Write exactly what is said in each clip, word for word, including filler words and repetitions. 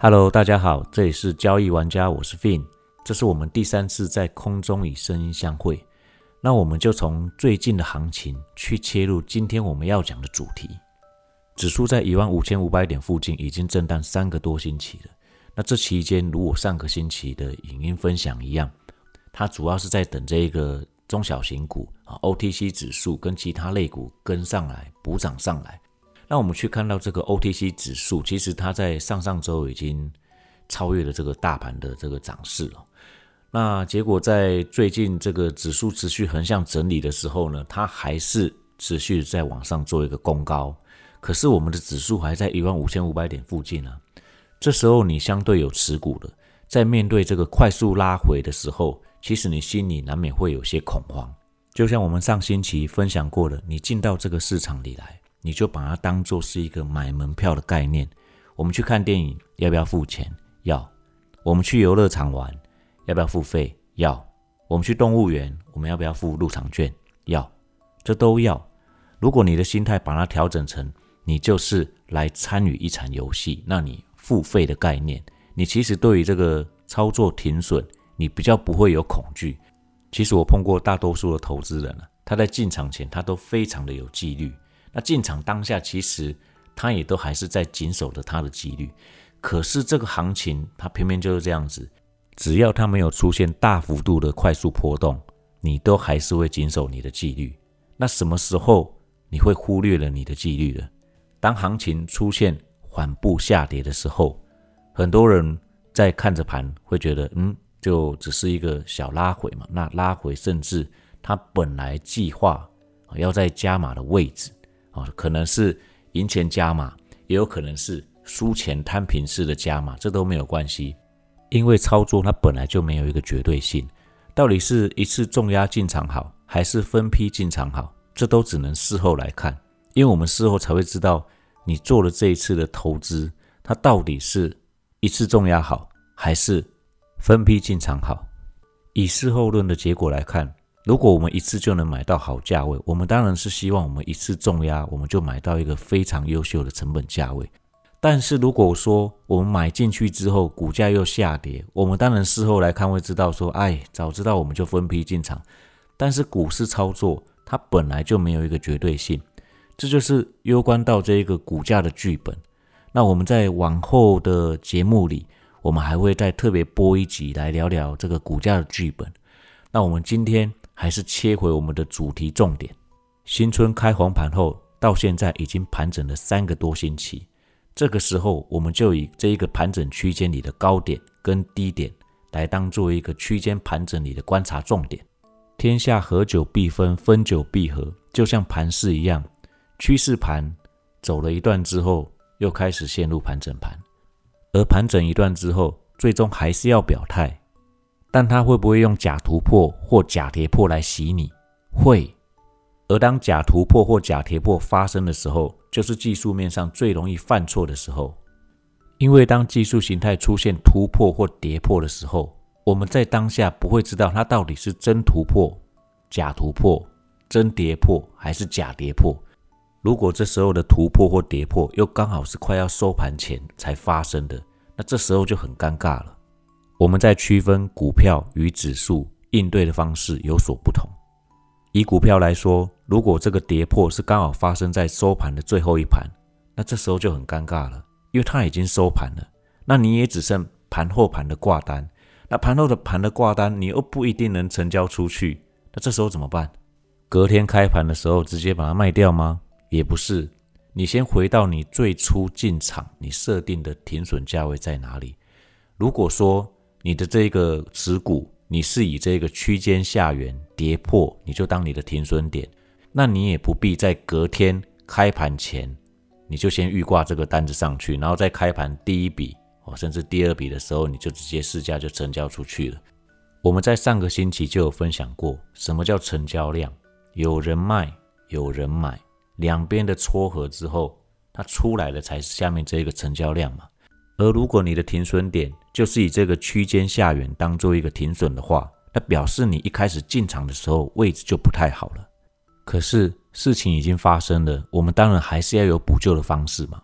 Hello， 大家好，这里是交易玩家，我是 Fin， 这是我们第三次在空中以声音相会。那我们就从最近的行情去切入今天我们要讲的主题。指数在一万五千五百点附近已经震荡三个多星期了。那这期间，如我上个星期的影音分享一样，它主要是在等这个中小型股 O T C 指数跟其他类股跟上来补涨上来。那我们去看到这个 O T C 指数，其实它在上上周已经超越了这个大盘的这个涨势了。那结果在最近这个指数持续横向整理的时候呢，它还是持续在往上做一个攻高。可是我们的指数还在一万五千五百点附近啊。这时候你相对有持股的，在面对这个快速拉回的时候，其实你心里难免会有些恐慌。就像我们上星期分享过的，你进到这个市场里来，你就把它当作是一个买门票的概念。我们去看电影要不要付钱？要。我们去游乐场玩要不要付费？要。我们去动物园我们要不要付入场券？要。这都要。如果你的心态把它调整成你就是来参与一场游戏，那你付费的概念，你其实对于这个操作停损你比较不会有恐惧。其实我碰过大多数的投资人啊，他在进场前他都非常的有纪律，那进场当下其实他也都还是在谨守着他的纪律。可是这个行情它偏偏就是这样子，只要它没有出现大幅度的快速波动，你都还是会谨守你的纪律。那什么时候你会忽略了你的纪律了？当行情出现缓步下跌的时候，很多人在看着盘会觉得嗯，就只是一个小拉回嘛。那拉回甚至他本来计划要在加码的位置，可能是赢钱加码，也有可能是输钱摊平式的加码，这都没有关系。因为操作它本来就没有一个绝对性，到底是一次重压进场好，还是分批进场好，这都只能事后来看。因为我们事后才会知道你做了这一次的投资，它到底是一次重压好，还是分批进场好。以事后论的结果来看，如果我们一次就能买到好价位，我们当然是希望我们一次重压我们就买到一个非常优秀的成本价位。但是如果说我们买进去之后股价又下跌，我们当然事后来看会知道说，哎，早知道我们就分批进场。但是股市操作它本来就没有一个绝对性，这就是攸关到这个股价的剧本。那我们在往后的节目里，我们还会再特别播一集来聊聊这个股价的剧本。那我们今天还是切回我们的主题重点。新春开红盘后，到现在已经盘整了三个多星期。这个时候，我们就以这一个盘整区间里的高点跟低点来当做一个区间盘整里的观察重点。天下合久必分，分久必合，就像盘势一样，趋势盘走了一段之后，又开始陷入盘整盘，而盘整一段之后，最终还是要表态。但它会不会用假突破或假跌破来洗你？会。而当假突破或假跌破发生的时候，就是技术面上最容易犯错的时候。因为当技术形态出现突破或跌破的时候，我们在当下不会知道它到底是真突破、假突破、真跌破还是假跌破。如果这时候的突破或跌破又刚好是快要收盘前才发生的，那这时候就很尴尬了。我们在区分股票与指数应对的方式有所不同。以股票来说，如果这个跌破是刚好发生在收盘的最后一盘，那这时候就很尴尬了，因为它已经收盘了，那你也只剩盘后盘的挂单，那盘后的盘的挂单你又不一定能成交出去，那这时候怎么办？隔天开盘的时候直接把它卖掉吗？也不是，你先回到你最初进场你设定的停损价位在哪里。如果说你的这个持股你是以这个区间下缘跌破你就当你的停损点，那你也不必在隔天开盘前你就先预挂这个单子上去，然后在开盘第一笔甚至第二笔的时候你就直接市价就成交出去了。我们在上个星期就有分享过什么叫成交量，有人卖有人买，两边的撮合之后它出来的才是下面这个成交量嘛。而如果你的停损点就是以这个区间下缘当做一个停损的话，那表示你一开始进场的时候位置就不太好了。可是事情已经发生了，我们当然还是要有补救的方式嘛。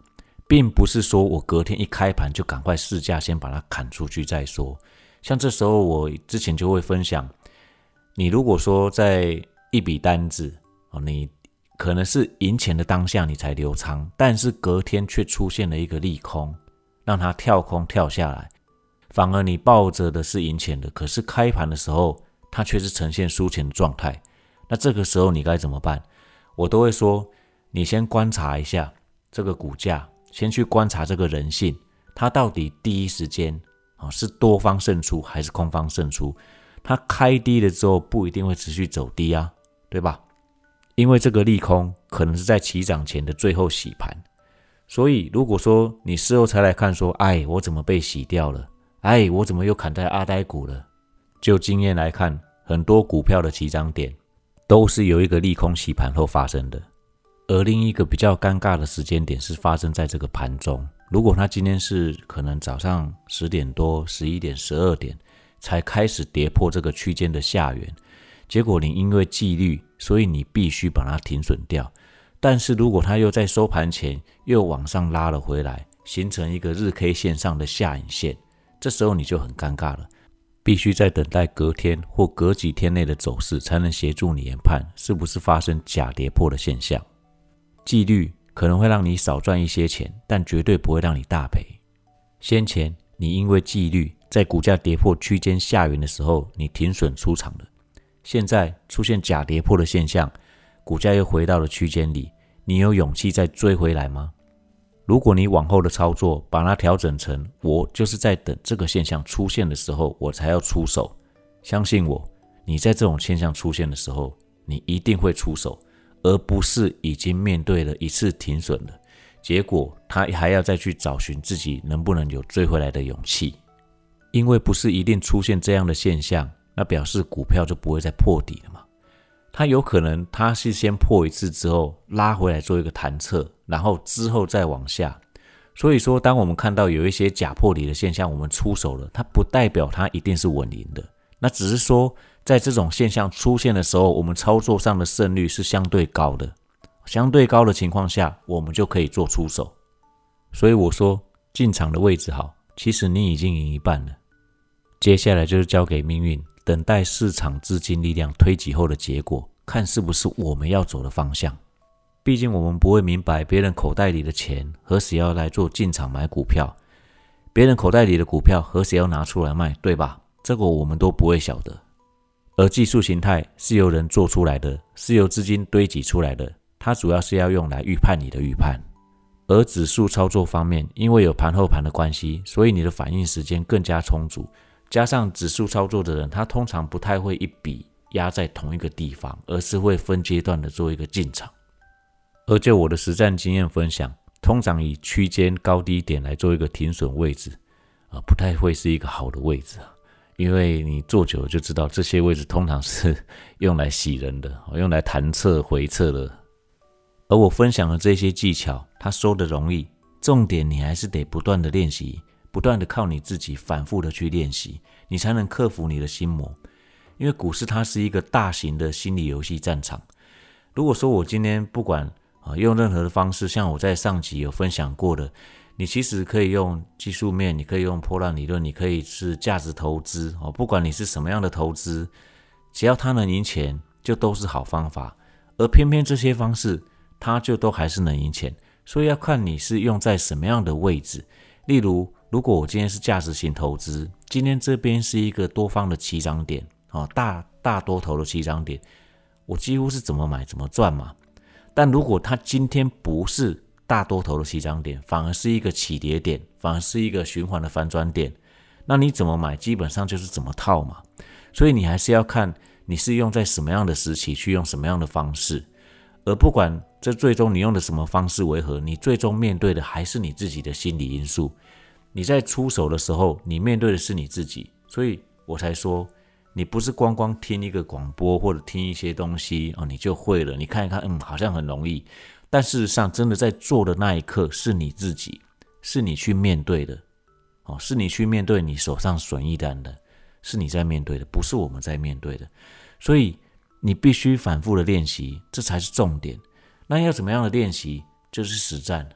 并不是说我隔天一开盘就赶快市价先把它砍出去再说。像这时候我之前就会分享，你如果说在一笔单子，你可能是赢钱的当下你才留仓，但是隔天却出现了一个利空，让它跳空跳下来，反而你抱着的是赢钱的，可是开盘的时候它却是呈现输钱的状态。那这个时候你该怎么办？我都会说，你先观察一下这个股价，先去观察这个人性，它到底第一时间是多方胜出还是空方胜出？它开低了之后不一定会持续走低啊，对吧？因为这个利空可能是在起涨前的最后洗盘，所以如果说你事后才来看说，哎，我怎么被洗掉了？哎，我怎么又砍在阿呆股了？就经验来看，很多股票的起涨点都是由一个利空洗盘后发生的，而另一个比较尴尬的时间点是发生在这个盘中。如果它今天是可能早上十点多、十一点、十二点才开始跌破这个区间的下缘，结果你因为纪律，所以你必须把它停损掉。但是如果它又在收盘前又往上拉了回来，形成一个日 K 线上的下影线，这时候你就很尴尬了，必须在等待隔天或隔几天内的走势，才能协助你研判是不是发生假跌破的现象。纪律可能会让你少赚一些钱，但绝对不会让你大赔。先前你因为纪律，在股价跌破区间下缘的时候，你停损出场了。现在出现假跌破的现象，股价又回到了区间里，你有勇气再追回来吗？如果你往后的操作把它调整成我就是在等这个现象出现的时候我才要出手，相信我，你在这种现象出现的时候你一定会出手，而不是已经面对了一次停损了，结果他还要再去找寻自己能不能有追回来的勇气。因为不是一定出现这样的现象，那表示股票就不会再破底了嘛。它有可能它是先破一次之后拉回来做一个弹测，然后之后再往下。所以说当我们看到有一些假破底的现象我们出手了，它不代表它一定是稳赢的，那只是说在这种现象出现的时候，我们操作上的胜率是相对高的，相对高的情况下我们就可以做出手。所以我说进场的位置好，其实你已经赢一半了。接下来就是交给命运，等待市场资金力量推挤后的结果，看是不是我们要走的方向。毕竟我们不会明白别人口袋里的钱何时要来做进场买股票，别人口袋里的股票何时要拿出来卖，对吧？这个我们都不会晓得。而技术形态是由人做出来的，是由资金堆积出来的，它主要是要用来预判你的预判。而指数操作方面，因为有盘后盘的关系，所以你的反应时间更加充足，加上指数操作的人他通常不太会一笔压在同一个地方，而是会分阶段的做一个进场。而就我的实战经验分享，通常以区间高低点来做一个停损位置、呃、不太会是一个好的位置，因为你做久了就知道这些位置通常是用来洗人的，用来弹测回测的。而我分享的这些技巧它说的容易，重点你还是得不断的练习，不断的靠你自己反复的去练习，你才能克服你的心魔。因为股市它是一个大型的心理游戏战场。如果说我今天不管、呃、用任何的方式，像我在上集有分享过的，你其实可以用技术面，你可以用波浪理论，你可以是价值投资、哦、不管你是什么样的投资，只要它能赢钱就都是好方法。而偏偏这些方式它就都还是能赢钱，所以要看你是用在什么样的位置。例如如果我今天是价值型投资，今天这边是一个多方的起涨点、哦、大大多头的起涨点，我几乎是怎么买怎么赚嘛。但如果它今天不是大多头的起涨点，反而是一个起跌点，反而是一个循环的反转点，那你怎么买基本上就是怎么套嘛。所以你还是要看你是用在什么样的时期去用什么样的方式，而不管这最终你用的什么方式为何，你最终面对的还是你自己的心理因素。你在出手的时候你面对的是你自己，所以我才说你不是光光听一个广播或者听一些东西、哦、你就会了，你看一看嗯，好像很容易，但事实上真的在做的那一刻是你自己，是你去面对的、哦、是你去面对你手上损益单的，是你在面对的，不是我们在面对的。所以你必须反复的练习，这才是重点。那要怎么样的练习？就是实战。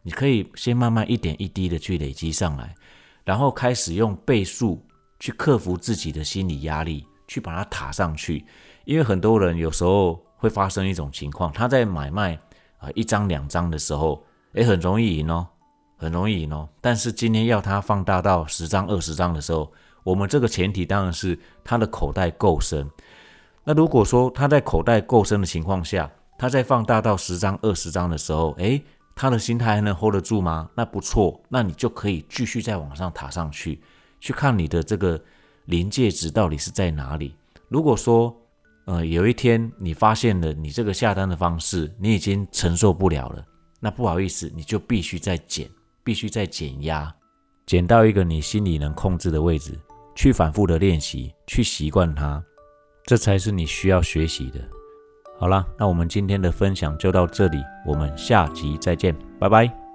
你可以先慢慢一点一滴的去累积上来，然后开始用倍数去克服自己的心理压力，去把它塔上去。因为很多人有时候会发生一种情况，他在买卖、呃、一张两张的时候，诶很容易赢哦，很容易赢哦。但是今天要他放大到十张、二十张的时候，我们这个前提当然是他的口袋够深。那如果说他在口袋够深的情况下，他在放大到十张、二十张的时候，诶他的心态还能 hold 得住吗？那不错，那你就可以继续再往上塔上去，去看你的这个临界值到底是在哪里。如果说呃，有一天你发现了你这个下单的方式你已经承受不了了，那不好意思，你就必须再减，必须再减压，减到一个你心里能控制的位置，去反复的练习，去习惯它，这才是你需要学习的。好啦，那我们今天的分享就到这里，我们下集再见，拜拜。